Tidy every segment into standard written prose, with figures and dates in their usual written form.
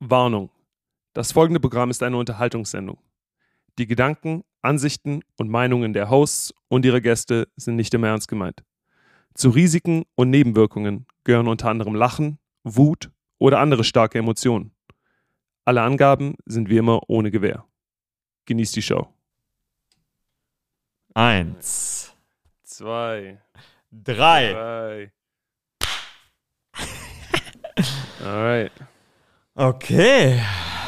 Warnung. Das folgende Programm ist eine Unterhaltungssendung. Die Gedanken, Ansichten und Meinungen der Hosts und ihrer Gäste sind nicht immer ernst gemeint. Zu Risiken und Nebenwirkungen gehören unter anderem Lachen, Wut oder andere starke Emotionen. Alle Angaben sind wie immer ohne Gewähr. Genießt die Show. 1, 2, 3. Alright. Okay.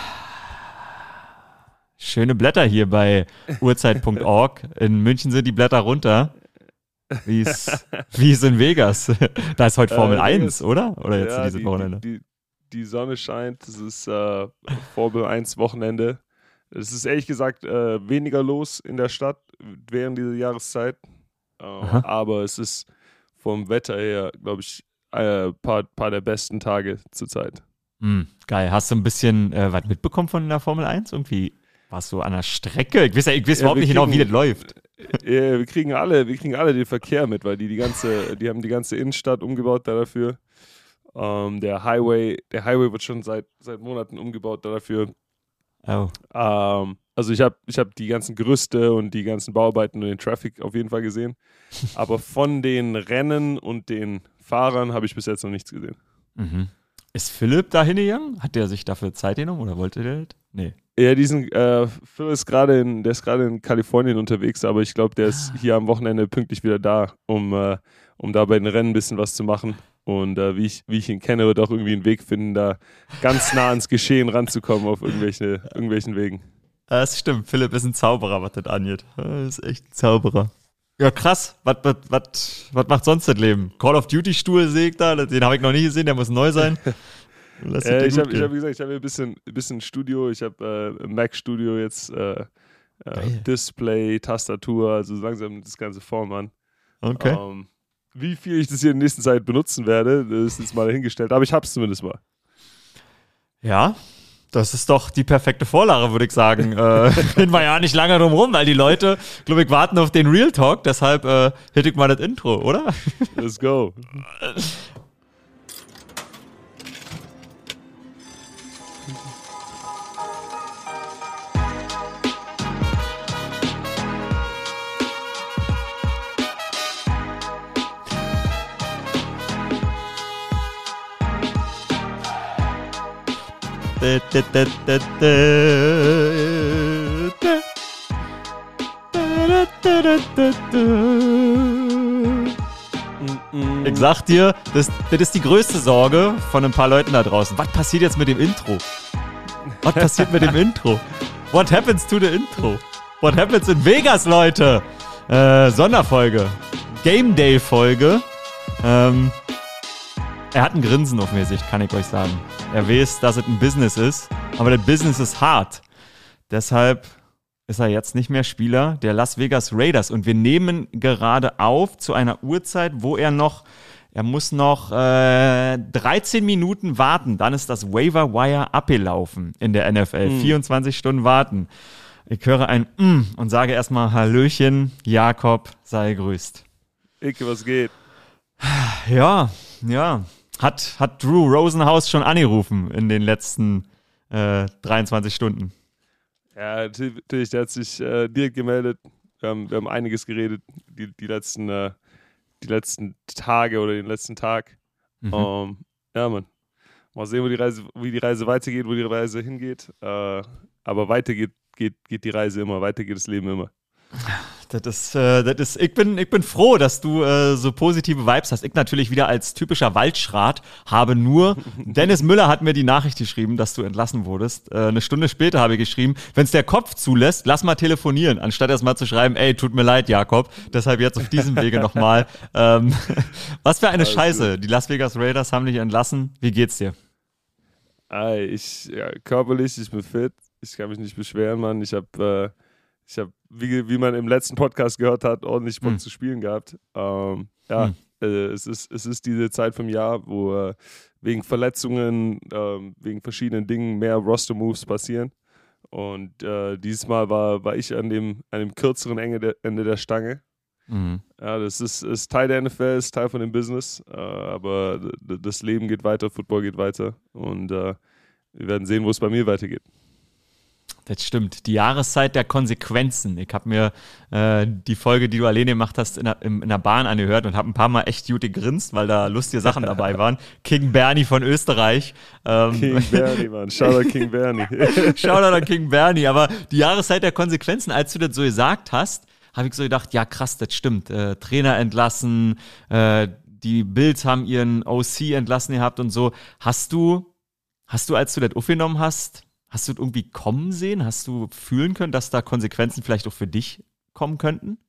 Schöne Blätter hier bei Uhrzeit.org. In München sind die Blätter runter. Wie es in Vegas. Da ist heute Formel 1, oder? Oder jetzt dieses Wochenende? Die Sonne scheint. Es ist Formel 1 Wochenende. Es ist ehrlich gesagt weniger los in der Stadt während dieser Jahreszeit. Aber es ist vom Wetter her, glaube ich, ein paar der besten Tage zurzeit. Geil. Hast du ein bisschen was mitbekommen von der Formel 1? Irgendwie warst du an der Strecke? Ich weiß überhaupt nicht genau, wie das läuft. Wir kriegen alle den Verkehr mit, weil die haben die ganze Innenstadt umgebaut dafür. Der Highway wird schon seit Monaten umgebaut dafür. Oh. Also ich hab die ganzen Gerüste und die ganzen Bauarbeiten und den Traffic auf jeden Fall gesehen. Aber von den Rennen und den Fahrern habe ich bis jetzt noch nichts gesehen. Mhm. Ist Philipp da hingegangen? Hat der sich dafür Zeit genommen oder wollte der das? Nee. Ja, Phil ist gerade in Kalifornien unterwegs, aber ich glaube, der ist hier am Wochenende pünktlich wieder da, um da bei den Rennen ein bisschen was zu machen. Und wie ich ihn kenne, wird auch irgendwie einen Weg finden, da ganz nah ans Geschehen ranzukommen auf irgendwelchen Wegen. Das stimmt, Philipp ist ein Zauberer, was das angeht. Das ist echt ein Zauberer. Ja, krass. Was macht sonst das Leben? Call of Duty Stuhl sehe ich da, den habe ich noch nie gesehen, der muss neu sein. Ich habe hier ein bisschen Studio, ich habe Mac Studio jetzt, Display, Tastatur, also langsam das ganze Form an. Okay. Wie viel ich das hier in der nächsten Zeit benutzen werde, das ist jetzt mal dahingestellt, aber ich habe es zumindest mal. Ja, das ist doch die perfekte Vorlage, würde ich sagen. Reden wir ja nicht lange drum rum, weil die Leute, glaube ich, warten auf den Real Talk, deshalb hätte ich mal das Intro, oder? Let's go. Ich sag dir, das ist die größte Sorge von ein paar Leuten da draußen. Was passiert jetzt mit dem Intro? Was passiert mit dem Intro? What happens to the intro? What happens in Vegas, Leute? Sonderfolge. Game Day Folge. Er hat ein Grinsen auf mir Sicht, kann ich euch sagen. Er weiß, dass es ein Business ist, aber das Business ist hart. Deshalb ist er jetzt nicht mehr Spieler der Las Vegas Raiders. Und wir nehmen gerade auf zu einer Uhrzeit, wo er muss noch 13 Minuten warten. Dann ist das Waiver Wire abgelaufen in der NFL. 24 Stunden warten. Ich höre ein und sage erstmal Hallöchen, Jakob, sei gegrüßt. Was geht? Ja. Hat Drew Rosenhaus schon angerufen in den letzten 23 Stunden? Ja, natürlich, der hat sich direkt gemeldet. Wir haben einiges geredet, die letzten Tage oder den letzten Tag. Ja, Mann. Mal sehen, wie die Reise weitergeht, wo die Reise hingeht. Aber weiter geht die Reise immer, weiter geht das Leben immer. Ich bin froh, dass du so positive Vibes hast. Ich natürlich wieder als typischer Waldschrat habe nur, Dennis Müller hat mir die Nachricht geschrieben, dass du entlassen wurdest. Eine Stunde später habe ich geschrieben, wenn es der Kopf zulässt, lass mal telefonieren, anstatt erst mal zu schreiben, ey, tut mir leid, Jakob. Deshalb jetzt auf diesem Wege nochmal. Was für eine Scheiße. Gut. Die Las Vegas Raiders haben dich entlassen. Wie geht's dir? Körperlich, ich bin fit. Ich kann mich nicht beschweren, Mann. Ich habe wie man im letzten Podcast gehört hat, ordentlich Bock zu spielen gehabt. Es ist diese Zeit vom Jahr, wo wegen Verletzungen, wegen verschiedenen Dingen mehr Roster-Moves passieren. Und dieses Mal war ich an dem kürzeren Ende der Stange. Mhm. Ja, das ist Teil der NFL, ist Teil von dem Business, aber das Leben geht weiter, Football geht weiter. Und wir werden sehen, wo es bei mir weitergeht. Das stimmt. Die Jahreszeit der Konsequenzen. Ich habe mir die Folge, die du alleine gemacht hast, in der Bahn angehört und habe ein paar Mal echt gut gegrinst, weil da lustige Sachen dabei waren. King Bernie von Österreich. King Bernie, Mann. Shoutout King Bernie. Shoutout an King Bernie. Aber die Jahreszeit der Konsequenzen, als du das so gesagt hast, habe ich so gedacht, ja krass, das stimmt. Trainer entlassen, die Bills haben ihren OC entlassen gehabt und so. Hast du, als du das aufgenommen hast du das irgendwie kommen sehen? Hast du fühlen können, dass da Konsequenzen vielleicht auch für dich kommen könnten?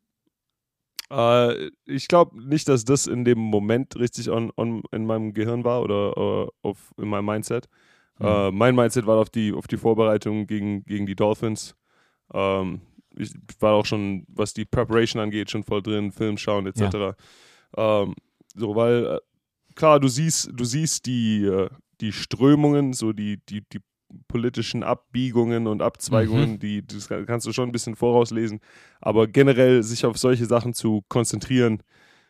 Ich glaube nicht, dass das in dem Moment richtig in meinem Gehirn war oder in meinem Mindset. Mein Mindset war auf die Vorbereitung gegen die Dolphins. Ich war auch schon, was die Preparation angeht, schon voll drin, Film schauen etc. Ja. Weil klar, du siehst die Strömungen, so die politischen Abbiegungen und Abzweigungen, das kannst du schon ein bisschen vorauslesen, aber generell sich auf solche Sachen zu konzentrieren,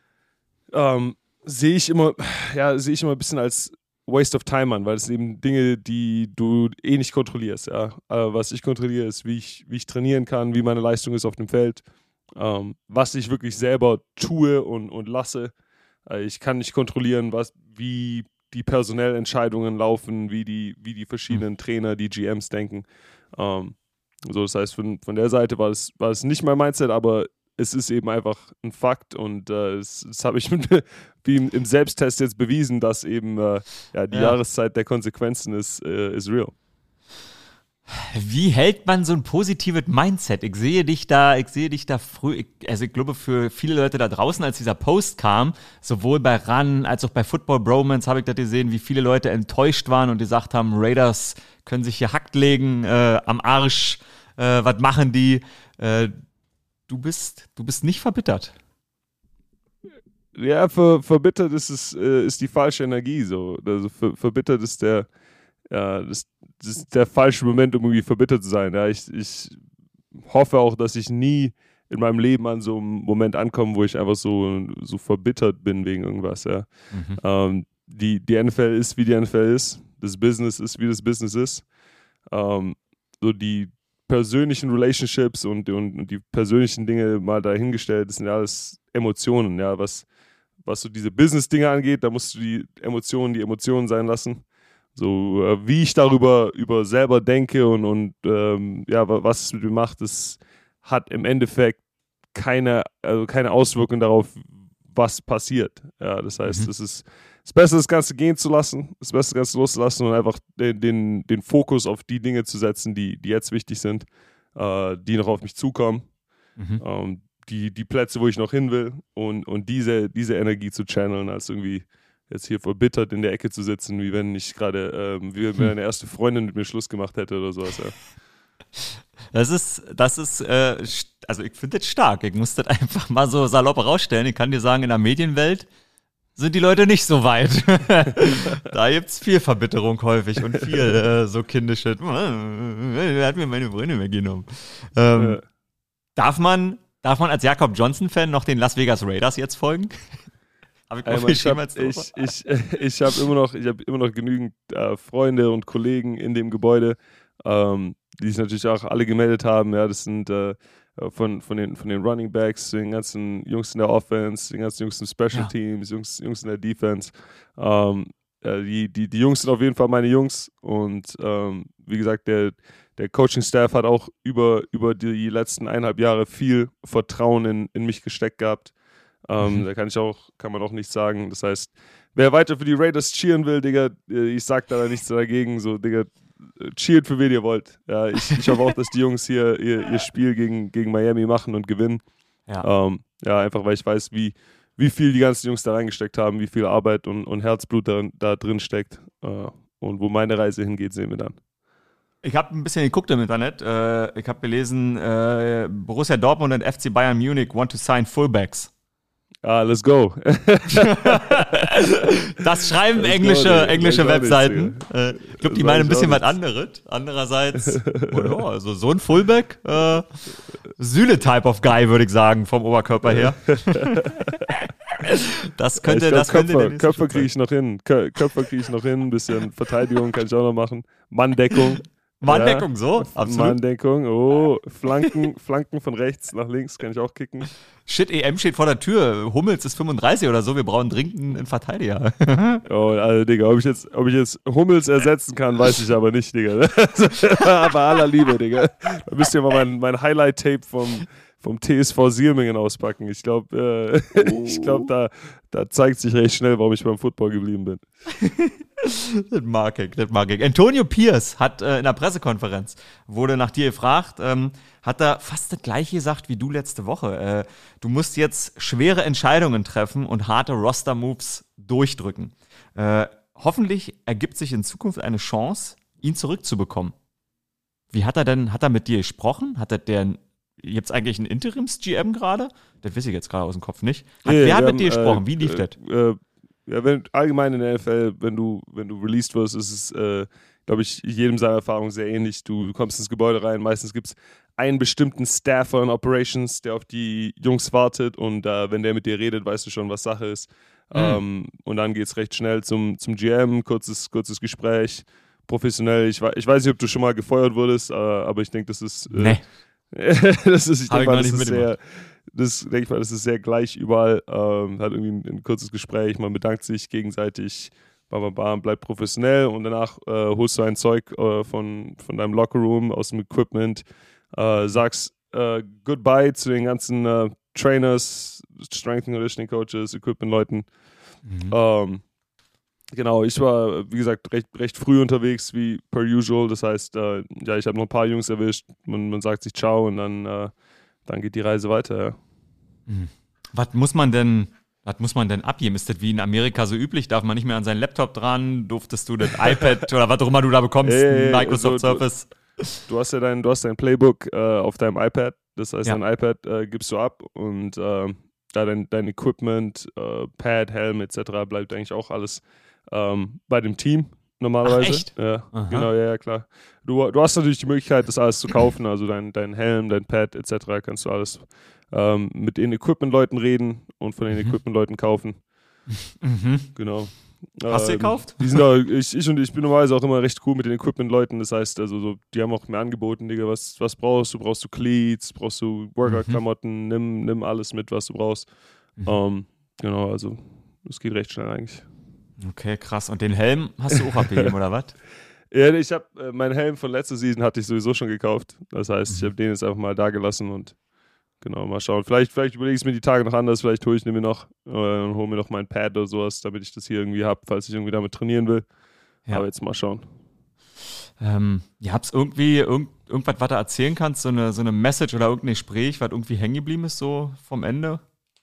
sehe ich immer ein bisschen als Waste of Time an, weil es eben Dinge, die du nicht kontrollierst. Ja. Was ich kontrolliere, ist, wie ich trainieren kann, wie meine Leistung ist auf dem Feld, was ich wirklich selber tue und lasse. Ich kann nicht kontrollieren, wie die personellen Entscheidungen laufen, wie die verschiedenen Trainer, die GMs denken. Das heißt, von der Seite war es nicht mein Mindset, aber es ist eben einfach ein Fakt und das habe ich wie im Selbsttest jetzt bewiesen, dass eben die Jahreszeit der Konsequenzen ist real. Wie hält man so ein positives Mindset? Ich sehe dich da früh, also ich glaube für viele Leute da draußen, als dieser Post kam, sowohl bei RAN als auch bei Football Bromance habe ich das gesehen, wie viele Leute enttäuscht waren und gesagt haben, Raiders können sich hier Hackt legen, am Arsch, was machen die? Du bist nicht verbittert. Ja, verbittert ist die falsche Energie so. Also verbittert ist das ist der falsche Moment, um irgendwie verbittert zu sein. Ja, ich hoffe auch, dass ich nie in meinem Leben an so einem Moment ankomme, wo ich einfach so verbittert bin wegen irgendwas. Ja. Die NFL ist, wie die NFL ist. Das Business ist, wie das Business ist. So die persönlichen Relationships und die persönlichen Dinge mal dahingestellt, das sind ja alles Emotionen. Ja. Was so diese Business-Dinge angeht, da musst du die Emotionen sein lassen. So, wie ich darüber selber denke und was es mit mir macht, das hat im Endeffekt keine Auswirkung darauf, was passiert. Ja, das heißt, es ist das Beste, das Ganze gehen zu lassen, das Beste, das Ganze loszulassen und einfach den Fokus auf die Dinge zu setzen, die jetzt wichtig sind, die noch auf mich zukommen, die Plätze, wo ich noch hin will und diese Energie zu channeln, als irgendwie jetzt hier verbittert in der Ecke zu sitzen, wie wenn ich gerade, wie wenn meine erste Freundin mit mir Schluss gemacht hätte oder sowas. Ja. Das ist, also ich finde das stark. Ich muss das einfach mal so salopp rausstellen. Ich kann dir sagen, in der Medienwelt sind die Leute nicht so weit. Da gibt es viel Verbitterung häufig und viel so kindische, er hat mir meine Freundin weggenommen. Darf man als Jakob Johnson-Fan noch den Las Vegas Raiders jetzt folgen? Ich habe immer noch genügend Freunde und Kollegen in dem Gebäude, die sich natürlich auch alle gemeldet haben. Ja, das sind von den Running Backs, den ganzen Jungs in der Offense, den ganzen Jungs in Special Teams, Jungs in der Defense. Die Jungs sind auf jeden Fall meine Jungs und wie gesagt, der Coaching-Staff hat auch über die letzten 1,5 Jahre viel Vertrauen in mich gesteckt gehabt. Da kann man auch nichts sagen. Das heißt, wer weiter für die Raiders cheeren will, Digga, ich sag da nichts dagegen. So, Digga, cheert für wen ihr wollt. Ja, ich hoffe auch, dass die Jungs hier ihr Spiel gegen Miami machen und gewinnen. Ja, einfach weil ich weiß, wie viel die ganzen Jungs da reingesteckt haben, wie viel Arbeit und Herzblut da drin steckt. Und wo meine Reise hingeht, sehen wir dann. Ich habe ein bisschen geguckt im Internet. Ich habe gelesen, Borussia Dortmund und FC Bayern Munich want to sign Fullbacks. Let's go. Das schreiben englische Webseiten. Ich glaube, die meinen ein bisschen was anderes. Andererseits, also so ein Fullback, Süle-Type of Guy, würde ich sagen, vom Oberkörper her. Das könnte Köpfer kriege ich noch hin. Köpfer kriege ich noch hin. Ein bisschen Verteidigung kann ich auch noch machen. Manndeckung. Manndeckung, so, absolut. Manndeckung, Flanken von rechts nach links kann ich auch kicken. Shit, EM steht vor der Tür. Hummels ist 35 oder so, wir brauchen dringend einen Verteidiger. Also, Digga, ob ich jetzt Hummels ersetzen kann, weiß ich aber nicht, Digga. Aber aller Liebe, Digga. Da müsst ihr mal mein Highlight-Tape vom TSV Sielmingen auspacken. Ich glaube, da zeigt sich recht schnell, warum ich beim Football geblieben bin. Das mag ich. Antonio Pierce hat in der Pressekonferenz, wurde nach dir gefragt, hat er fast das Gleiche gesagt wie du letzte Woche. Du musst jetzt schwere Entscheidungen treffen und harte Roster-Moves durchdrücken. Hoffentlich ergibt sich in Zukunft eine Chance, ihn zurückzubekommen. Wie hat er mit dir gesprochen? Gibt's eigentlich einen Interims-GM gerade? Das weiß ich jetzt gerade aus dem Kopf nicht. Wer hat mit dir gesprochen? Wie lief das? Ja, allgemein in der NFL, wenn du released wirst, ist es, glaube ich, jedem seiner Erfahrung sehr ähnlich. Du kommst ins Gebäude rein, meistens gibt es einen bestimmten Staffer in Operations, der auf die Jungs wartet und wenn der mit dir redet, weißt du schon, was Sache ist. Und dann geht es recht schnell zum GM, kurzes Gespräch, professionell. Ich weiß nicht, ob du schon mal gefeuert wurdest, aber ich denke, das ist... Nee. Das ist sehr gleich überall. Hat irgendwie ein kurzes Gespräch, man bedankt sich gegenseitig, bleibt professionell und danach holst du ein Zeug von deinem Lockerroom aus dem Equipment, sagst Goodbye zu den ganzen Trainers, Strength and Conditioning Coaches, Equipment-Leuten. Genau, ich war, wie gesagt, recht früh unterwegs, wie per usual. Das heißt, ich habe noch ein paar Jungs erwischt. Man sagt sich Ciao und dann geht die Reise weiter. Ja. Was muss man denn abgeben? Ist das wie in Amerika so üblich? Darf man nicht mehr an seinen Laptop dran? Durftest du das iPad oder was auch immer du da bekommst, Microsoft Surface? Du hast dein Playbook auf deinem iPad. Das heißt, dein iPad gibst du ab und dein Equipment, Pad, Helm etc. bleibt eigentlich auch alles bei dem Team normalerweise. Ach, echt? Ja, genau, ja, klar. Du hast natürlich die Möglichkeit, das alles zu kaufen, also dein Helm, dein Pad etc. kannst du alles mit den Equipment-Leuten reden und von den Equipment-Leuten kaufen. Genau. Hast du gekauft? Ich bin normalerweise auch immer recht cool mit den Equipment-Leuten. Das heißt, also die haben auch mir angeboten, Digga, was brauchst du? Brauchst du Cleats? Brauchst du Workout-Klamotten? Nimm alles mit, was du brauchst. Genau, also es geht recht schnell eigentlich. Okay, krass. Und den Helm hast du auch abgegeben, oder was? Ja, ich habe meinen Helm von letzter Season hatte ich sowieso schon gekauft. Das heißt, ich habe den jetzt einfach mal da gelassen und genau, mal schauen. Vielleicht überlege ich es mir die Tage noch anders. Vielleicht hole ich mir noch und hole mir noch mein Pad oder sowas, damit ich das hier irgendwie habe, falls ich irgendwie damit trainieren will. Ja. Aber jetzt mal schauen. Hab's irgendwas, was du erzählen kannst, so eine Message oder irgendein Gespräch, was irgendwie hängen geblieben ist, so vom Ende?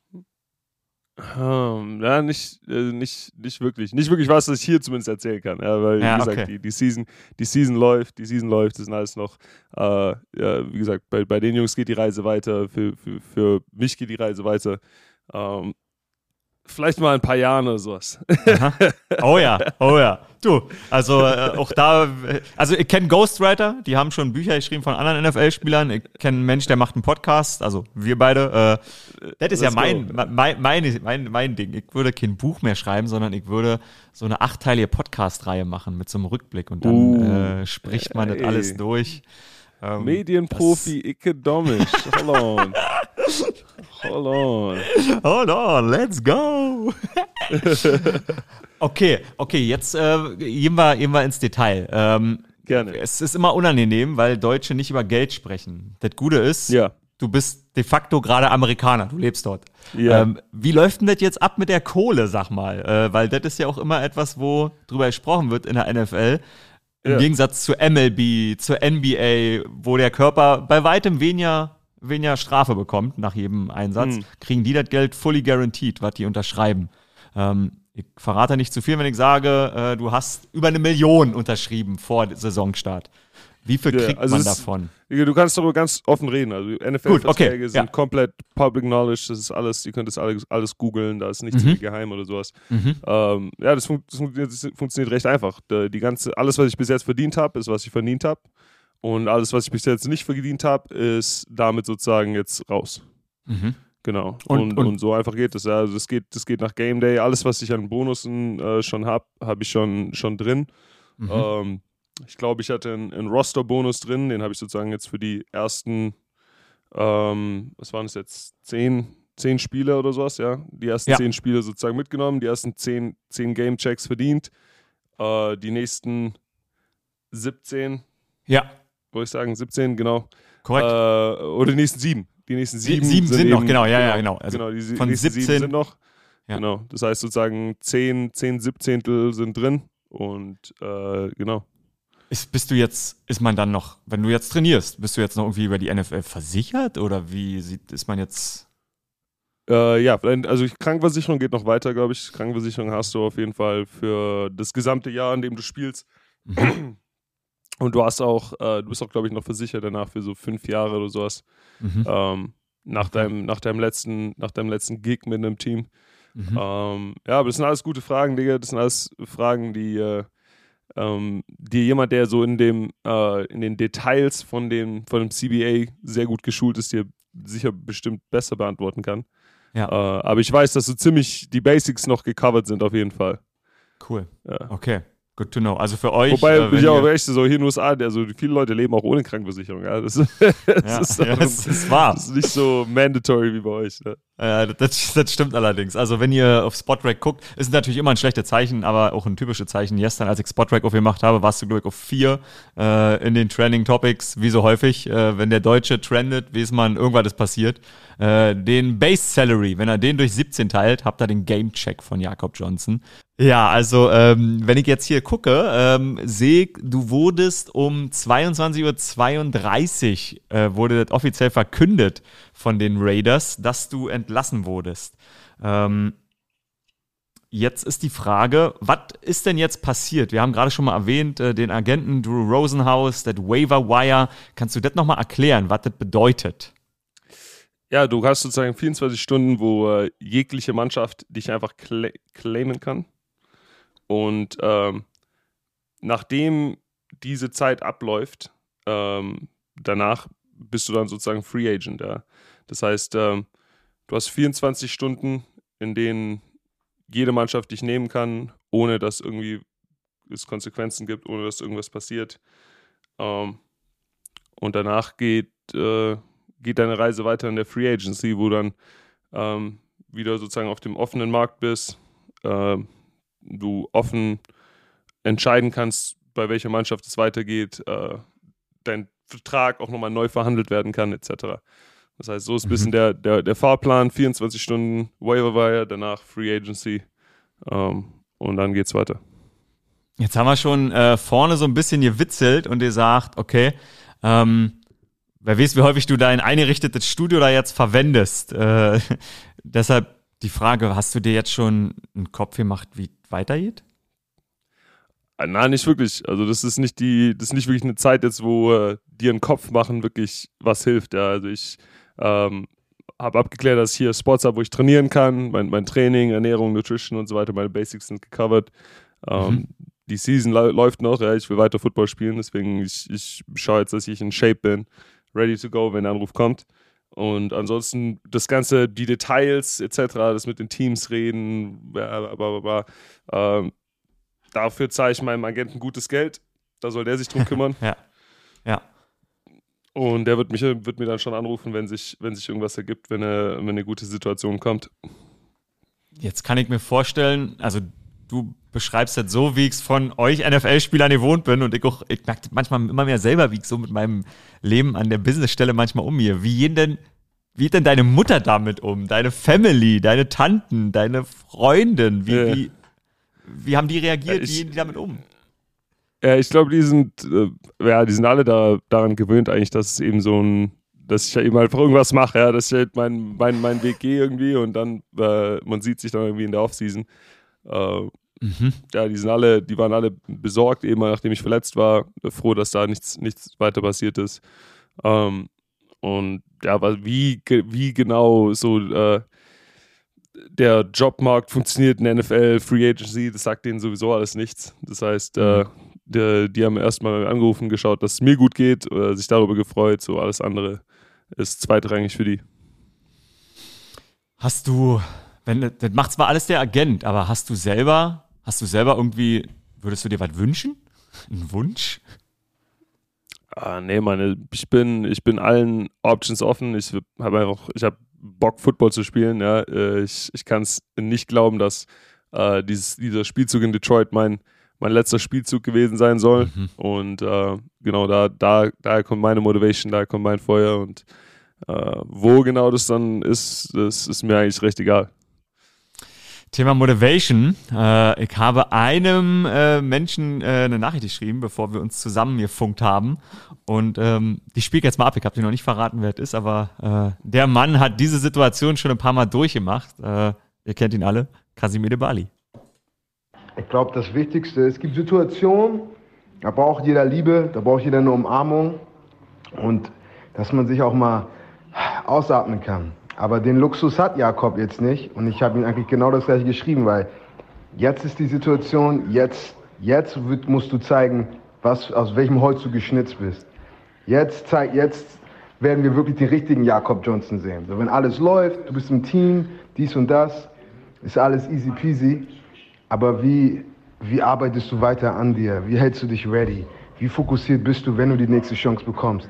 Ja, nicht wirklich. Nicht wirklich was ich hier zumindest erzählen kann. Ja, weil, wie gesagt, die Season läuft, das sind alles noch, wie gesagt, bei den Jungs geht die Reise weiter, für mich geht die Reise weiter. Vielleicht mal in ein paar Jahren oder sowas. Oh ja. Du, also auch da, also ich kenne Ghostwriter, die haben schon Bücher geschrieben von anderen NFL-Spielern. Ich kenne einen Mensch, der macht einen Podcast, also wir beide. Das ist ja mein Ding. Ich würde kein Buch mehr schreiben, sondern ich würde so eine 8-teilige Podcast-Reihe machen mit so einem Rückblick und dann spricht man das alles durch. Medienprofi Icke Domisch. Hold on, let's go. Okay, jetzt gehen wir ins Detail. Gerne. Es ist immer unangenehm, weil Deutsche nicht über Geld sprechen. Das Gute ist, du bist de facto gerade Amerikaner, du lebst dort. Ja. Wie läuft denn das jetzt ab mit der Kohle, sag mal? Weil das ist ja auch immer etwas, wo drüber gesprochen wird in der NFL. Im Gegensatz zur MLB, zur NBA, wo der Körper bei weitem weniger Strafe bekommt nach jedem Einsatz, kriegen die das Geld fully guaranteed, was die unterschreiben. Ich verrate nicht zu viel, wenn ich sage, du hast über 1 Million unterschrieben vor Saisonstart. Wie viel kriegt man davon? Du kannst darüber ganz offen reden. Also NFL-Verträge sind komplett Public Knowledge, das ist alles, ihr könnt das alles googeln, da ist nichts geheim oder sowas. Das funktioniert recht einfach. Alles, was ich bis jetzt verdient habe, ist, was ich verdient habe. Und alles, was ich bis jetzt nicht verdient habe, ist damit sozusagen jetzt raus. Genau. Und so einfach geht es. Ja. Also das geht nach Game Day. Alles, was ich an Bonussen schon habe ich schon drin. Ich glaube, ich hatte einen Roster-Bonus drin. Den habe ich sozusagen jetzt für die ersten, was waren es jetzt, 10 Spiele oder sowas, ja. Die ersten 10 Spiele sozusagen mitgenommen, die ersten 10 Game-Checks verdient. Die nächsten 17, würde ich sagen, 17, genau. Korrekt. Oder die nächsten 7. Die nächsten 7 sind noch, eben, genau. Also genau, die von nächsten 17 7 sind noch. Ja. Genau, das heißt sozusagen 10 Siebzehntel sind drin und genau. Ist man dann noch, wenn du jetzt trainierst, bist du jetzt noch irgendwie über die NFL versichert oder ist man jetzt? Ja, also Krankenversicherung geht noch weiter, glaube ich. Krankenversicherung hast du auf jeden Fall für das gesamte Jahr, in dem du spielst. Und du bist auch, glaube ich, noch versichert danach für so 5 Jahre oder sowas. Nach deinem letzten Gig mit einem Team. Ja, aber das sind alles gute Fragen, Digga. Das sind alles Fragen, die jemand, der so in den Details von dem CBA sehr gut geschult ist, dir sicher bestimmt besser beantworten kann. Ja. Aber ich weiß, dass so ziemlich die Basics noch gecovert sind, auf jeden Fall. Cool. Ja. Okay. Good to know. Also für euch. Wobei, bin ich auch echt so, hier in den USA, also viele Leute leben auch ohne Krankenversicherung. Ja? Das ist wahr. Das ist nicht so mandatory wie bei euch. Ne? Ja, das stimmt allerdings. Also wenn ihr auf Spotrac guckt, ist natürlich immer ein schlechtes Zeichen, aber auch ein typisches Zeichen. Gestern, als ich Spotrac aufgemacht habe, warst du, glaube ich, auf 4 in den Trending Topics, wie so häufig. Wenn der Deutsche trendet, weiß man, irgendwas ist passiert. Den Base Salary, wenn er den durch 17 teilt, habt ihr den Game Check von Jakob Johnson. Ja, also wenn ich jetzt hier gucke, sehe, du wurdest um 22:32 Uhr wurde das offiziell verkündet von den Raiders, dass du entlassen wurdest. Jetzt ist die Frage, was ist denn jetzt passiert? Wir haben gerade schon mal erwähnt, den Agenten Drew Rosenhaus, das Waiver Wire. Kannst du das nochmal erklären, was das bedeutet? Ja, du hast sozusagen 24 Stunden, wo jegliche Mannschaft dich einfach claimen kann. Und nachdem diese Zeit abläuft, danach bist du dann sozusagen Free Agent. Ja. Das heißt, du hast 24 Stunden, in denen jede Mannschaft dich nehmen kann, ohne dass irgendwie es Konsequenzen gibt, ohne dass irgendwas passiert. Und danach geht deine Reise weiter in der Free Agency, wo du dann wieder sozusagen auf dem offenen Markt bist, du offen entscheiden kannst, bei welcher Mannschaft es weitergeht, dein Vertrag auch nochmal neu verhandelt werden kann, etc. Das heißt, so ist ein bisschen der Fahrplan, 24 Stunden Waiver Wire, danach Free Agency und dann geht's weiter. Jetzt haben wir schon vorne so ein bisschen gewitzelt und gesagt, okay, wer weiß, wie häufig du dein eingerichtetes Studio da jetzt verwendest. Deshalb die Frage, hast du dir jetzt schon einen Kopf gemacht, wie es weitergeht? Nein, nicht wirklich. Also das ist nicht wirklich eine Zeit jetzt, wo dir einen Kopf machen wirklich was hilft. Ja. Also ich habe abgeklärt, dass ich hier Spots habe, wo ich trainieren kann. Mein Training, Ernährung, Nutrition und so weiter, meine Basics sind gecovert. Die Season läuft noch, ja, ich will weiter Football spielen, deswegen ich schaue jetzt, dass ich in Shape bin, ready to go, wenn der Anruf kommt. Und ansonsten das Ganze, die Details etc., das mit den Teams reden, dafür zahle ich meinem Agenten gutes Geld. Da soll der sich drum kümmern. Ja. Und der wird mir dann schon anrufen, wenn sich irgendwas ergibt, wenn eine gute Situation kommt. Jetzt kann ich mir vorstellen, also du beschreibst das so, wie ich es von euch NFL-Spielern gewohnt bin und ich merke manchmal immer mehr selber, wie ich so mit meinem Leben an der Businessstelle manchmal umgehe. Wie geht denn deine Mutter damit um? Deine Family, deine Tanten, deine Freundin? Wie haben die reagiert? Wie gehen die damit um? Ja, ich glaube, die sind alle daran gewöhnt eigentlich, dass es eben dass ich ja eben einfach irgendwas mache, ja, dass ich halt meinen Weg gehe irgendwie und dann, man sieht sich dann irgendwie in der Offseason. Ja, die waren alle besorgt, eben nachdem ich verletzt war, froh, dass da nichts weiter passiert ist. Und ja, wie genau so der Jobmarkt funktioniert in der NFL, Free Agency, das sagt denen sowieso alles nichts. Das heißt, die haben erstmal angerufen, geschaut, dass es mir gut geht, oder sich darüber gefreut, so alles andere ist zweitrangig für die. Das macht zwar alles der Agent, aber hast du selber irgendwie, würdest du dir was wünschen? Ein Wunsch? Nee, ich bin allen Options offen. Ich habe Bock, Football zu spielen. Ja. Ich kann es nicht glauben, dass dieser Spielzug in Detroit mein letzter Spielzug gewesen sein soll. Und genau, daher kommt meine Motivation, daher kommt mein Feuer. Und wo genau das dann ist, das ist mir eigentlich recht egal. Thema Motivation. Ich habe einem Menschen eine Nachricht geschrieben, bevor wir uns zusammen gefunkt haben. Und die spiele ich jetzt mal ab. Ich habe dir noch nicht verraten, wer es ist, aber der Mann hat diese Situation schon ein paar Mal durchgemacht. Ihr kennt ihn alle. Kasim Edebali. Ich glaube, das Wichtigste, es gibt Situationen, da braucht jeder Liebe, da braucht jeder eine Umarmung und dass man sich auch mal ausatmen kann. Aber den Luxus hat Jakob jetzt nicht und ich habe ihm eigentlich genau das gleiche geschrieben, weil jetzt ist die Situation, jetzt musst du zeigen, aus welchem Holz du geschnitzt bist. Jetzt werden wir wirklich den richtigen Jakob Johnson sehen. So, wenn alles läuft, du bist im Team, dies und das, ist alles easy peasy. Aber wie arbeitest du weiter an dir? Wie hältst du dich ready? Wie fokussiert bist du, wenn du die nächste Chance bekommst?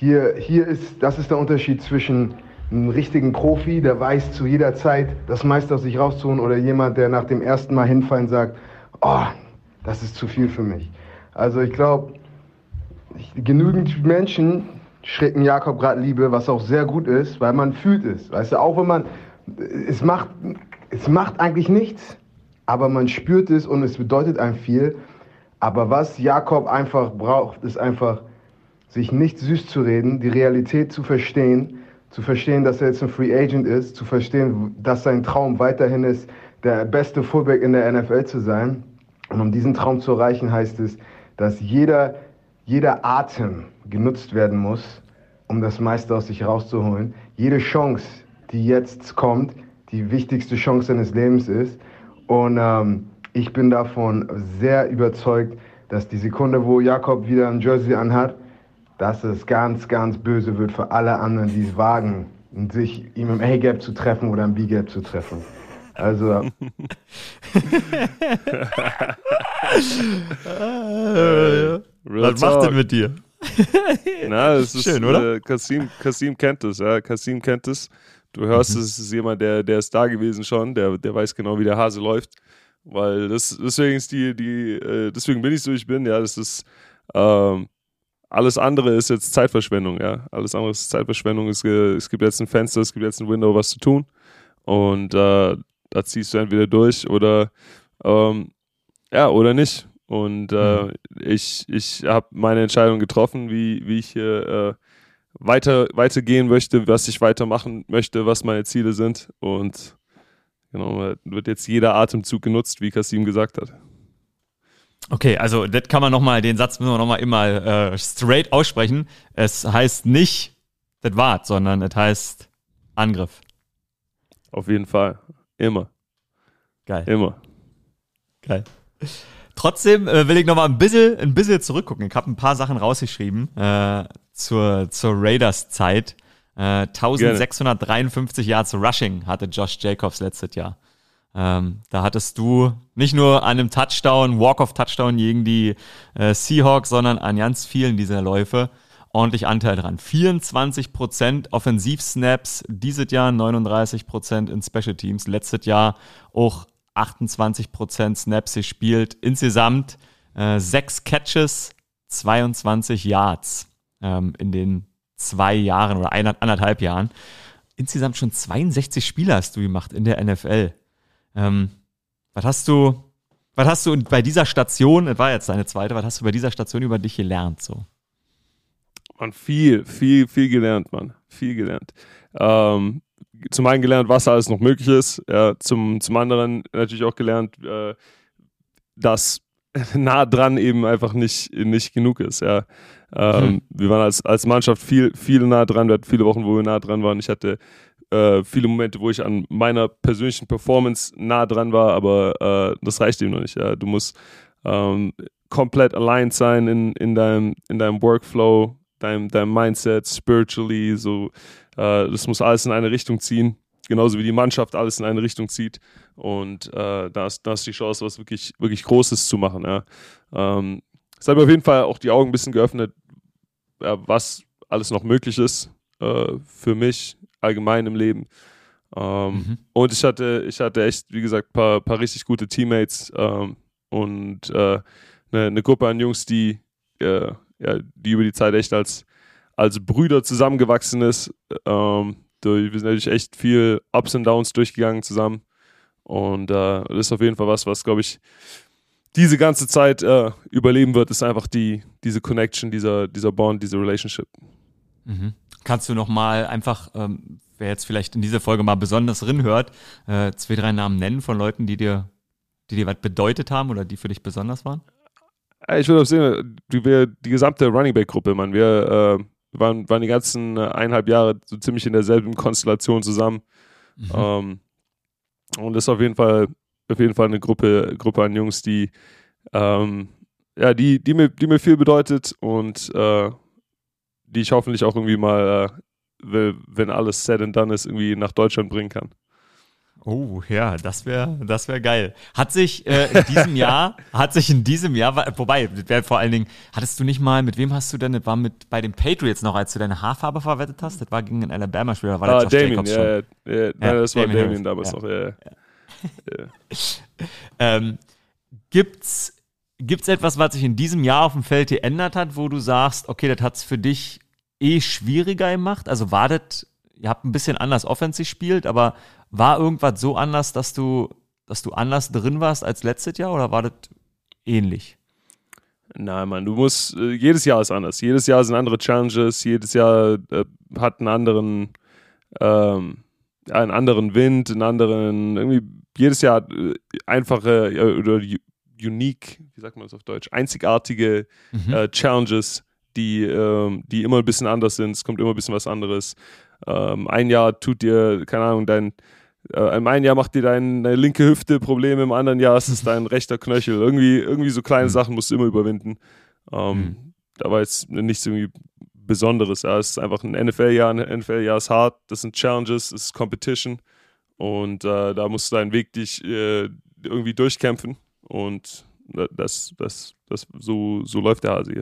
Das ist der Unterschied zwischen einem richtigen Profi, der weiß zu jeder Zeit, das meiste aus sich rauszuholen, oder jemand, der nach dem ersten Mal hinfallen sagt, oh, das ist zu viel für mich. Also ich glaube, genügend Menschen schrecken Jakob gerade Liebe, was auch sehr gut ist, weil man fühlt es. Weißt du, auch wenn man, es macht eigentlich nichts, aber man spürt es und es bedeutet einem viel. Aber was Jakob einfach braucht, ist einfach, sich nicht süß zu reden, die Realität zu verstehen, dass er jetzt ein Free Agent ist, zu verstehen, dass sein Traum weiterhin ist, der beste Fullback in der NFL zu sein. Und um diesen Traum zu erreichen, heißt es, dass jeder Atem genutzt werden muss, um das meiste aus sich rauszuholen. Jede Chance, die jetzt kommt, die wichtigste Chance seines Lebens ist. Und ich bin davon sehr überzeugt, dass die Sekunde, wo Jakob wieder ein Jersey anhat, dass es ganz, ganz böse wird für alle anderen, die es wagen, sich ihm im A-Gap zu treffen oder im B-Gap zu treffen. Also. Was macht denn mit dir? Na, das ist schön, oder? Kasim kennt es, ja. Kasim kennt es. Du hörst, es ist jemand, der ist da gewesen schon, der weiß genau, wie der Hase läuft. Weil deswegen bin ich so, ich bin, ja, das ist alles andere ist jetzt Zeitverschwendung, ja. Alles andere ist Zeitverschwendung. Es gibt jetzt ein Fenster, es gibt jetzt ein Window, was zu tun. Und da ziehst du entweder durch oder nicht. Und ich habe meine Entscheidung getroffen, wie ich hier weitergehen möchte, was ich weitermachen möchte, was meine Ziele sind. Und genau, wird jetzt jeder Atemzug genutzt, wie Kasim gesagt hat. Okay, also das kann man nochmal, den Satz müssen wir nochmal immer straight aussprechen. Es heißt nicht, das war's, sondern es heißt Angriff. Auf jeden Fall. Immer. Geil. Immer. Geil. Trotzdem will ich nochmal ein bisschen zurückgucken. Ich habe ein paar Sachen rausgeschrieben zur Raiders-Zeit. 1653 Yards Rushing hatte Josh Jacobs letztes Jahr. Da hattest du nicht nur an einem Touchdown, Walk-off-Touchdown gegen die Seahawks, sondern an ganz vielen dieser Läufe ordentlich Anteil dran. 24% Offensivsnaps dieses Jahr, 39% in Special Teams. Letztes Jahr auch 28% Snaps gespielt. Insgesamt 6 Catches, 22 Yards in den 2 Jahren oder 1,5 Jahren. Insgesamt schon 62 Spiele hast du gemacht in der NFL. Was hast du bei dieser Station, das war jetzt deine zweite, was hast du bei dieser Station über dich gelernt? So? Man, viel gelernt, Mann. Viel gelernt. Zum einen gelernt, was alles noch möglich ist. Ja, zum anderen natürlich auch gelernt, dass nah dran eben einfach nicht genug ist. Ja. Wir waren als Mannschaft viel nah dran. Wir hatten viele Wochen, wo wir nah dran waren. Ich hatte viele Momente, wo ich an meiner persönlichen Performance nah dran war, aber das reicht eben noch nicht. Ja. Du musst komplett aligned sein in deinem Workflow, deinem Mindset, spiritually, so. Das muss alles in eine Richtung ziehen. genauso wie die Mannschaft alles in eine Richtung zieht. Und da ist die Chance, was wirklich, wirklich Großes zu machen. Ja. Es hat mir auf jeden Fall auch die Augen ein bisschen geöffnet, was alles noch möglich ist für mich allgemein im Leben. Und ich hatte echt, wie gesagt, ein paar richtig gute Teammates und eine Gruppe an Jungs, die über die Zeit echt als Brüder zusammengewachsen ist. Wir sind natürlich echt viel Ups und Downs durchgegangen zusammen. Und das ist auf jeden Fall was glaube ich, diese ganze Zeit überleben wird, ist einfach diese Connection, dieser Bond, diese Relationship. Mhm. Kannst du nochmal einfach, wer jetzt vielleicht in dieser Folge mal besonders hört, 2, 3 Namen nennen von Leuten, die dir was bedeutet haben oder die für dich besonders waren? Ich würde auch sehen, die gesamte Running Back Gruppe, man, wir waren die ganzen 1,5 Jahre so ziemlich in derselben Konstellation zusammen. Und das ist auf jeden Fall eine Gruppe an Jungs, die mir viel bedeutet und die ich hoffentlich auch irgendwie mal, wenn alles said and done ist, irgendwie nach Deutschland bringen kann. Oh ja, das wär geil. Hat sich in diesem Jahr, wobei, vor allen Dingen, hattest du nicht mal, mit wem hast du denn, das war bei den Patriots noch, als du deine Haarfarbe verwettet hast? Das war gegen ein Alabama-Spieler, war das Damien, das war Damien damals noch, Gibt's etwas, was sich in diesem Jahr auf dem Feld geändert hat, wo du sagst, okay, das hat's für dich schwieriger gemacht? Also ihr habt ein bisschen anders offensiv gespielt, aber war irgendwas so anders, dass du anders drin warst als letztes Jahr oder war das ähnlich? Nein, Mann, du musst, jedes Jahr ist anders. Jedes Jahr sind andere Challenges, jedes Jahr hat einen anderen Wind, irgendwie jedes Jahr hat einfache oder unique, wie sagt man das auf Deutsch, einzigartige Challenges, die immer ein bisschen anders sind. Es kommt immer ein bisschen was anderes. Ein Jahr tut dir, keine Ahnung, im einen Jahr macht dir deine linke Hüfte Probleme, im anderen Jahr ist es dein rechter Knöchel. Irgendwie so kleine Sachen musst du immer überwinden. Da war jetzt nichts irgendwie Besonderes. Ja. Es ist einfach ein NFL-Jahr. Ein NFL-Jahr ist hart. Das sind Challenges, das ist Competition. Und da musst du deinen Weg dich irgendwie durchkämpfen. Und so läuft der Hase hier.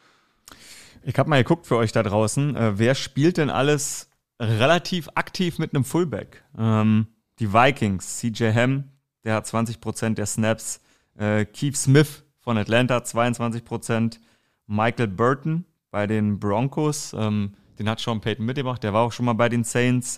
Ich habe mal geguckt für euch da draußen. Wer spielt denn alles relativ aktiv mit einem Fullback? Die Vikings, CJ Ham, der hat 20% der Snaps. Keith Smith von Atlanta, 22%. Michael Burton bei den Broncos, den hat Sean Payton mitgebracht, der war auch schon mal bei den Saints.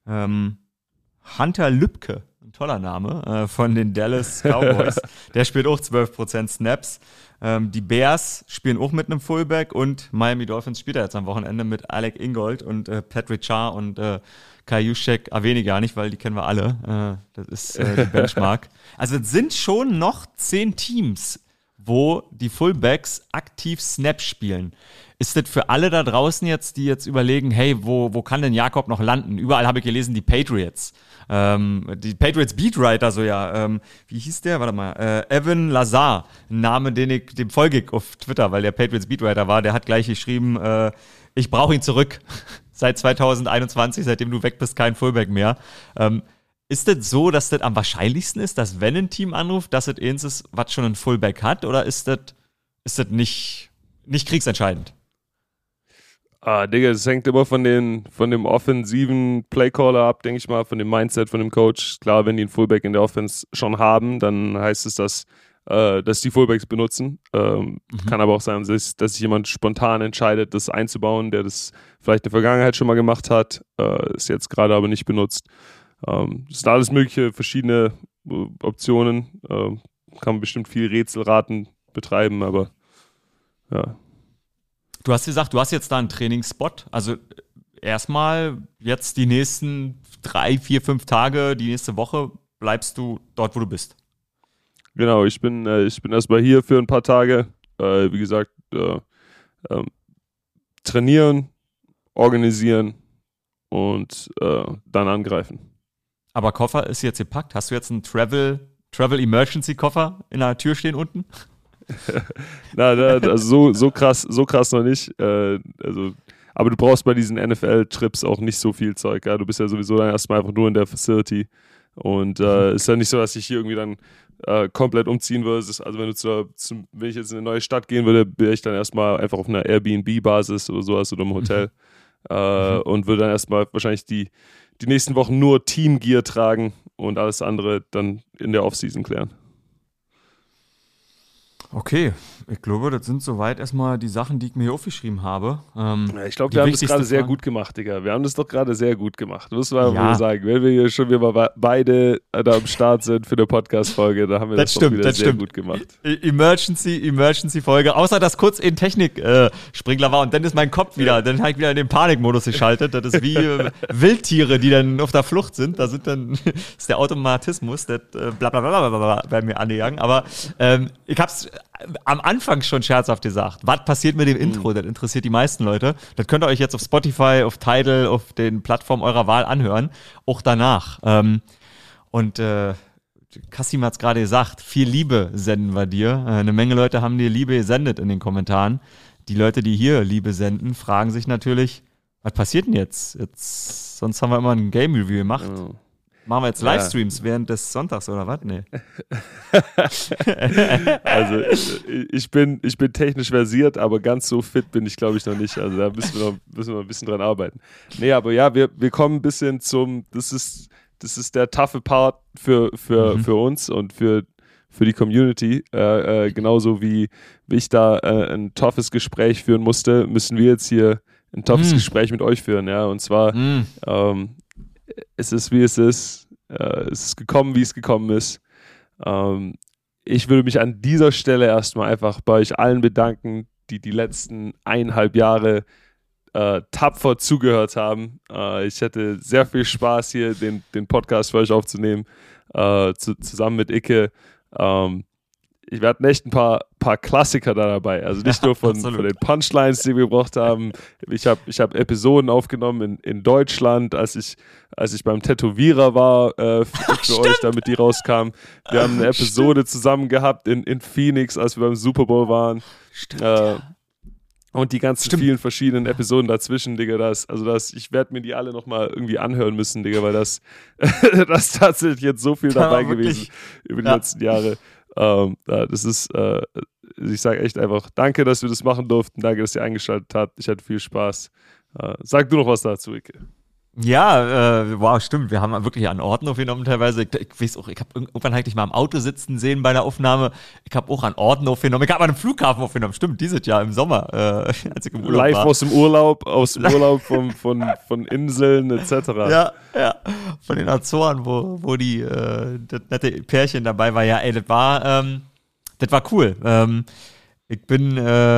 Hunter Lübke, ein toller Name, von den Dallas Cowboys, der spielt auch 12% Snaps. Die Bears spielen auch mit einem Fullback und Miami Dolphins spielt jetzt am Wochenende mit Alec Ingold und Pat Richard und Kai Juszczyk erwähne ich gar nicht, weil die kennen wir alle. Das ist die Benchmark. Also es sind schon noch 10 Teams, wo die Fullbacks aktiv Snaps spielen. Ist das für alle da draußen jetzt, die jetzt überlegen, hey, wo kann denn Jakob noch landen? Überall habe ich gelesen, die Patriots. Die Patriots Beatwriter, wie hieß der? Warte mal, Evan Lazar, ein Name, dem folge ich auf Twitter, weil der Patriots Beatwriter war, der hat gleich geschrieben, ich brauche ihn zurück. Seit 2021, seitdem du weg bist, kein Fullback mehr. Ist das so, dass das am wahrscheinlichsten ist, dass wenn ein Team anruft, dass es eins ist, was schon ein Fullback hat, oder ist das nicht kriegsentscheidend? Digga, das hängt immer von dem offensiven Playcaller ab, denke ich mal, von dem Mindset von dem Coach. Klar, wenn die einen Fullback in der Offense schon haben, dann heißt es, dass die Fullbacks benutzen. Kann aber auch sein, dass sich jemand spontan entscheidet, das einzubauen, der das vielleicht in der Vergangenheit schon mal gemacht hat, ist jetzt gerade aber nicht benutzt. Das sind alles mögliche verschiedene Optionen. Kann man bestimmt viel Rätselraten betreiben, aber ja. Du hast gesagt, du hast jetzt da einen Trainingsspot. Also erstmal jetzt die nächsten 3, 4, 5 Tage, die nächste Woche bleibst du dort, wo du bist. Genau, ich bin erstmal hier für ein paar Tage. Wie gesagt, trainieren, organisieren und dann angreifen. Aber Koffer ist jetzt gepackt. Hast du jetzt einen Travel Emergency Koffer in der Tür stehen unten? Also so krass noch nicht. Aber Aber du brauchst bei diesen NFL-Trips auch nicht so viel Zeug. Ja? Du bist ja sowieso dann erstmal einfach nur in der Facility. Und ist ja nicht so, dass ich hier irgendwie dann komplett umziehen würde. Also wenn ich jetzt in eine neue Stadt gehen würde, wäre ich dann erstmal einfach auf einer Airbnb-Basis oder sowas oder im Hotel und würde dann erstmal wahrscheinlich die nächsten Wochen nur Teamgear tragen und alles andere dann in der Offseason klären. Okay, ich glaube, das sind soweit erstmal die Sachen, die ich mir hier aufgeschrieben habe. Ich glaube, wir haben das gerade sehr gut gemacht, Digga. Wir haben das doch gerade sehr gut gemacht. Muss man mal sagen. Wenn wir hier schon wieder beide da am Start sind für eine Podcast-Folge, da haben wir das doch wieder sehr gut gemacht. Emergency-Folge. Außer, dass kurz in Technik-Sprinkler war und dann ist mein Kopf wieder, dann habe ich wieder in den Panikmodus geschaltet. Das ist wie Wildtiere, die dann auf der Flucht sind. Da sind dann, das ist der Automatismus, das blablabla bei mir angegangen. Aber ich hab's am Anfang schon scherzhaft gesagt. Was passiert mit dem Intro? Das interessiert die meisten Leute. Das könnt ihr euch jetzt auf Spotify, auf Tidal, auf den Plattformen eurer Wahl anhören. Auch danach. Und Kassim hat es gerade gesagt, viel Liebe senden wir dir. Eine Menge Leute haben dir Liebe gesendet in den Kommentaren. Die Leute, die hier Liebe senden, fragen sich natürlich, was passiert denn jetzt? Sonst haben wir immer ein Game Review gemacht. Oh. Machen wir jetzt Livestreams während des Sonntags oder was? Nee. Also ich bin technisch versiert, aber ganz so fit bin ich, glaube ich, noch nicht. Also da müssen wir noch ein bisschen dran arbeiten. Nee, aber ja, wir kommen ein bisschen das ist der toughe Part für uns und für die Community. Genauso wie ich da ein toughes Gespräch führen musste, müssen wir jetzt hier ein toughes Gespräch mit euch führen. Ja? Und zwar es ist, wie es ist. Es ist gekommen, wie es gekommen ist. Ich würde mich an dieser Stelle erstmal einfach bei euch allen bedanken, die letzten 1,5 Jahre tapfer zugehört haben. Ich hatte sehr viel Spaß, hier den Podcast für euch aufzunehmen, zusammen mit Icke. Wir hatten echt ein paar Klassiker da dabei. Also nicht nur von den Punchlines, die wir gebraucht haben. Ich hab Episoden aufgenommen in Deutschland, als ich beim Tätowierer war für euch, damit die rauskamen. Wir haben eine Episode zusammen gehabt in Phoenix, als wir beim Super Bowl waren. Und die ganzen vielen verschiedenen Episoden dazwischen, Digga, ich werde mir die alle nochmal irgendwie anhören müssen, Digga, weil das tatsächlich jetzt so viel dabei gewesen über die letzten Jahre. Das ist, ich sage echt einfach, danke, dass wir das machen durften, danke, dass ihr eingeschaltet habt, ich hatte viel Spaß. Sag du noch was dazu, Icke. Ja, wow, stimmt. Wir haben wirklich an Orten aufgenommen teilweise. Ich weiß auch, ich habe irgendwann halt mal im Auto sitzen sehen bei der Aufnahme. Ich habe auch an Orten aufgenommen. Ich habe an einem Flughafen aufgenommen. Stimmt, dieses Jahr im Sommer, als ich im Urlaub Live war. aus dem Urlaub von Inseln etc. Ja, von den Azoren, wo die das nette Pärchen dabei war. Ja, ey, das war cool. Ich bin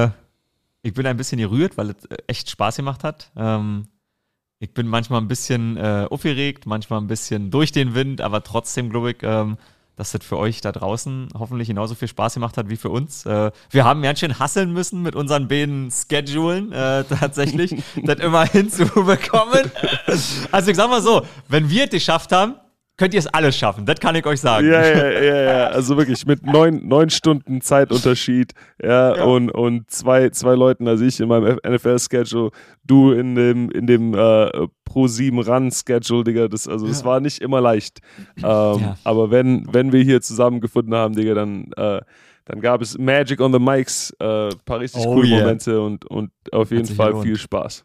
ein bisschen gerührt, weil es echt Spaß gemacht hat. Ich bin manchmal ein bisschen aufgeregt, manchmal ein bisschen durch den Wind, aber trotzdem glaube ich, dass das für euch da draußen hoffentlich genauso viel Spaß gemacht hat wie für uns. Wir haben ganz schön hasseln müssen mit unseren beiden Schedulen, tatsächlich, das immer hinzubekommen. Also ich sag mal so, wenn wir es geschafft haben, könnt ihr es alles schaffen, das kann ich euch sagen. Ja, also wirklich mit 9 Stunden Zeitunterschied, und zwei Leuten, also ich in meinem NFL-Schedule, du in dem Pro7-Run-Schedule, Digga, das war nicht immer leicht. Aber wenn wir hier zusammengefunden haben, Digga, dann gab es Magic on the Mics, paar richtig coole Momente und auf jeden Fall viel Spaß.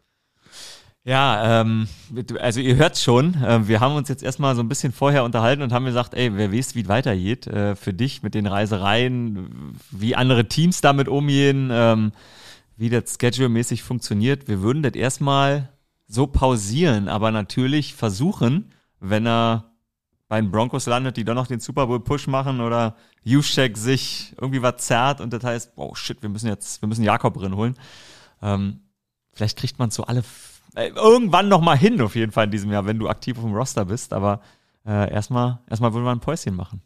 Ja, also ihr hört's schon, wir haben uns jetzt erstmal so ein bisschen vorher unterhalten und haben gesagt, ey, wer weiß, wie es weitergeht für dich mit den Reisereien, wie andere Teams damit umgehen, wie das Schedule-mäßig funktioniert. Wir würden das erstmal so pausieren, aber natürlich versuchen, wenn er bei den Broncos landet, die dann noch den Super Bowl-Push machen oder Juszczyk sich irgendwie was zerrt und das heißt, oh shit, wir müssen Jakob drin holen. Vielleicht kriegt man so alle irgendwann nochmal hin, auf jeden Fall in diesem Jahr, wenn du aktiv auf dem Roster bist, aber erstmal würden wir ein Päuschen machen.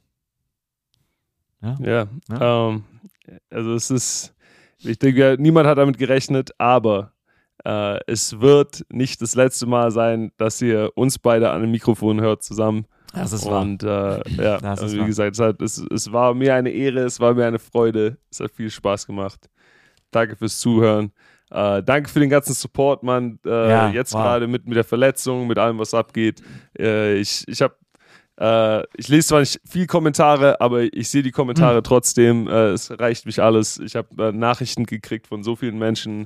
Ja. Also es ist, ich denke, niemand hat damit gerechnet, aber es wird nicht das letzte Mal sein, dass ihr uns beide an dem Mikrofon hört zusammen. Das ist wahr. Und wie gesagt, es war mir eine Ehre, es war mir eine Freude, es hat viel Spaß gemacht. Danke fürs Zuhören. danke für den ganzen Support, Mann. Jetzt gerade mit der Verletzung, mit allem, was abgeht. Ich lese zwar nicht viel Kommentare, aber ich sehe die Kommentare trotzdem. Es reicht mich alles. Ich habe Nachrichten gekriegt von so vielen Menschen.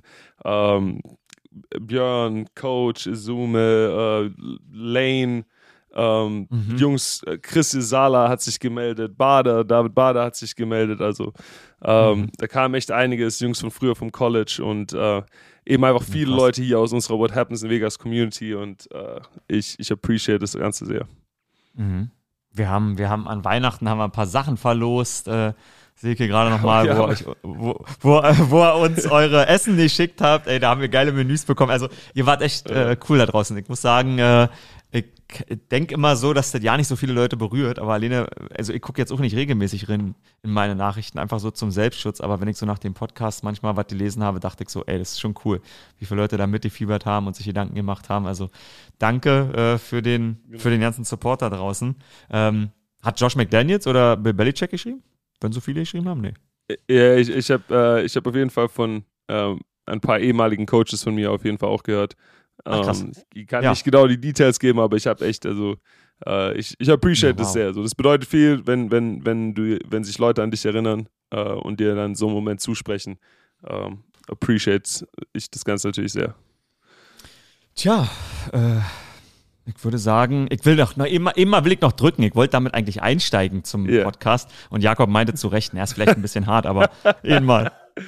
Björn, Coach, Izume, Lane, Jungs, Chris Sala hat sich gemeldet, David Bader hat sich gemeldet, also da kam echt einiges, Jungs von früher vom College und eben einfach viele Leute hier aus unserer What Happens in Vegas Community und ich appreciate das Ganze sehr. Mhm. Wir haben an Weihnachten ein paar Sachen verlost, Silke gerade nochmal, wo ihr uns eure Essen geschickt habt. Ey, da haben wir geile Menüs bekommen. Also ihr wart echt cool da draußen. Ich muss sagen, ich denke immer so, dass das ja nicht so viele Leute berührt, aber alleine, also ich gucke jetzt auch nicht regelmäßig in meine Nachrichten, einfach so zum Selbstschutz, aber wenn ich so nach dem Podcast manchmal was gelesen habe, dachte ich so, ey, das ist schon cool, wie viele Leute da mitgefiebert haben und sich Gedanken gemacht haben. Also danke für den ganzen Support da draußen. Hat Josh McDaniels oder Bill Belichick geschrieben? Wenn so viele geschrieben haben? Nee. Ja, ich hab auf jeden Fall von ein paar ehemaligen Coaches von mir auf jeden Fall auch gehört. Ich kann nicht genau die Details geben, aber ich habe echt, also ich appreciate das sehr. Also, das bedeutet viel, wenn sich Leute an dich erinnern und dir dann so einen Moment zusprechen. Appreciate ich das Ganze natürlich sehr. Tja, ich würde sagen, ich will noch immer will ich noch drücken. Ich wollte damit eigentlich einsteigen zum Podcast und Jakob meinte zu Recht, er ist vielleicht ein bisschen hart, aber mal.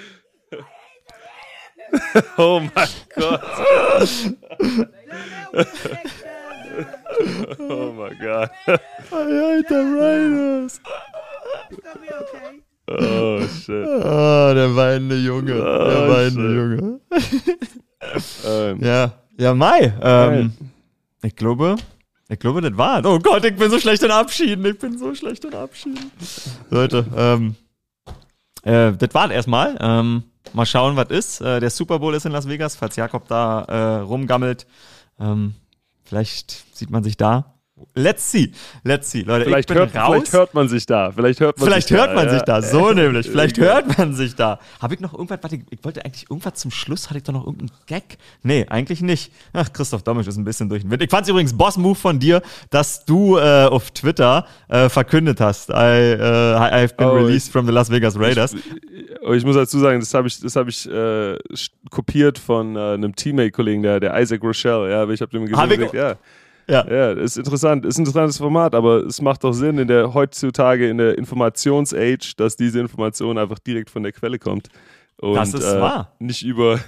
Oh mein Gott. Oh mein Gott. Alter Raiders. Oh shit. Oh, der weinende Junge. Ja, Mai. Ich glaube, das war. Oh Gott, ich bin so schlecht in Abschieden. Leute, das war erstmal. Mal schauen, was ist. Der Super Bowl ist in Las Vegas, falls Jakob da rumgammelt. Vielleicht sieht man sich da. Let's see, Leute. Vielleicht hört man sich da. Vielleicht hört man sich da. So nämlich. Vielleicht hört man sich da. Habe ich noch irgendwas? Warte, ich wollte eigentlich irgendwas zum Schluss. Hatte ich doch noch irgendeinen Gag? Nee, eigentlich nicht. Ach, Christoph Dommisch ist ein bisschen durch den Wind. Ich fand es übrigens Boss-Move von dir, dass du auf Twitter verkündet hast. I've been released from the Las Vegas Raiders. Ich muss dazu sagen, das hab ich kopiert von einem Teammate-Kollegen, der Isaac Rochelle. Ja, aber ich habe dem gesagt, Ja, ist interessant. Ist ein interessantes Format, aber es macht doch Sinn heutzutage in der Informations-Age, dass diese Information einfach direkt von der Quelle kommt. Und, das ist wahr. Nicht über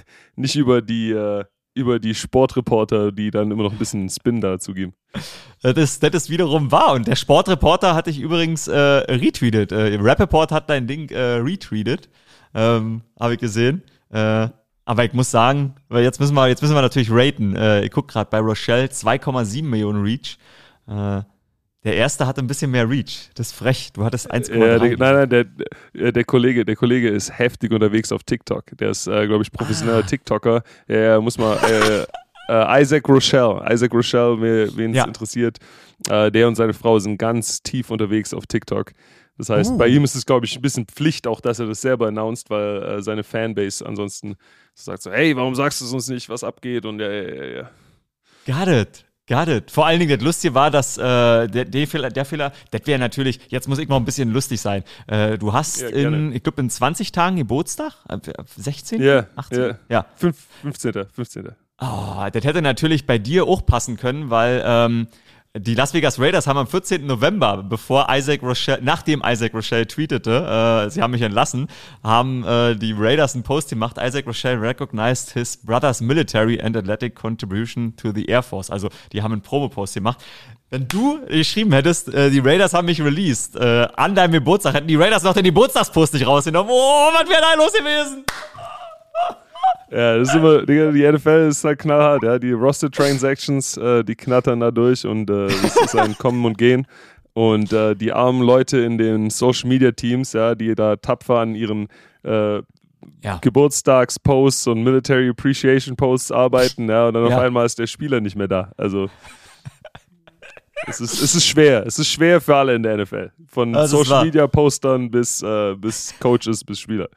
die Sportreporter, die dann immer noch ein bisschen Spin dazu geben. Das ist wiederum wahr. Und der Sportreporter hatte ich übrigens retweetet. Rappaport hat dein Ding retweetet. Habe ich gesehen. Aber ich muss sagen, weil jetzt müssen wir natürlich raten. Ich gucke gerade bei Rochelle 2,7 Millionen Reach. Der erste hatte ein bisschen mehr Reach. Das ist frech. Du hattest 1,3. Nein, der Kollege ist heftig unterwegs auf TikTok. Der ist, glaube ich, professioneller TikToker. Ja, muss mal Isaac Rochelle, wen es interessiert. Der und seine Frau sind ganz tief unterwegs auf TikTok. Das heißt, bei ihm ist es, glaube ich, ein bisschen Pflicht auch, dass er das selber announced, weil seine Fanbase ansonsten sagt so, hey, warum sagst du es uns nicht, was abgeht? Und ja. Got it. Vor allen Dingen, das Lustige war, dass der Fehler, das wäre natürlich, jetzt muss ich noch ein bisschen lustig sein. Du hast ich glaube, in 20 Tagen Geburtstag? 16? Ja. 18? Ja. 15. Oh, das hätte natürlich bei dir auch passen können, weil die Las Vegas Raiders haben am 14. November, nachdem Isaac Rochelle tweetete, sie haben mich entlassen, haben die Raiders einen Post gemacht. Isaac Rochelle recognized his brother's military and athletic contribution to the Air Force. Also, die haben einen Promo-Post gemacht. Wenn du geschrieben hättest, die Raiders haben mich released, an deinem Geburtstag, hätten die Raiders noch den Geburtstagspost nicht rausgenommen. Oh, was wäre da los gewesen? Ja, das ist immer, die NFL ist halt knallhart, ja. Die Roster-Transactions, die knattern da durch und das ist ein Kommen und Gehen. Und die armen Leute in den Social-Media-Teams, ja, die da tapfer an ihren Geburtstagsposts und Military Appreciation Posts arbeiten, ja, und dann auf einmal ist der Spieler nicht mehr da. Also es ist schwer. Es ist schwer für alle in der NFL. Von Social-Media-Postern bis Coaches, bis Spieler.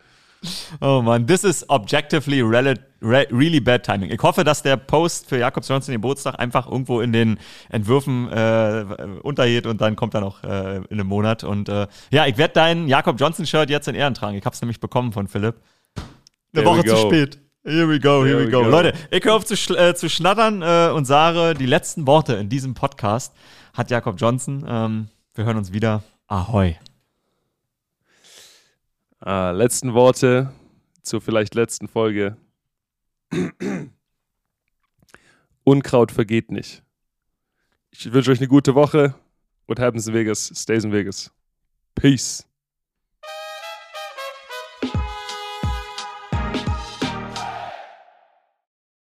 Oh Mann, this is objectively really bad timing. Ich hoffe, dass der Post für Jakob Johnson den Geburtstag einfach irgendwo in den Entwürfen untergeht und dann kommt er noch in einem Monat. Und ja, ich werde dein Jakob Johnson-Shirt jetzt in Ehren tragen. Ich habe es nämlich bekommen von Philipp. Eine Woche zu spät. Here we go. Leute, ich höre auf zu schnattern und sage, die letzten Worte in diesem Podcast hat Jakob Johnson. Wir hören uns wieder. Ahoi. Letzten Worte zur vielleicht letzten Folge. Unkraut vergeht nicht. Ich wünsche euch eine gute Woche. What happens in Vegas, stays in Vegas. Peace.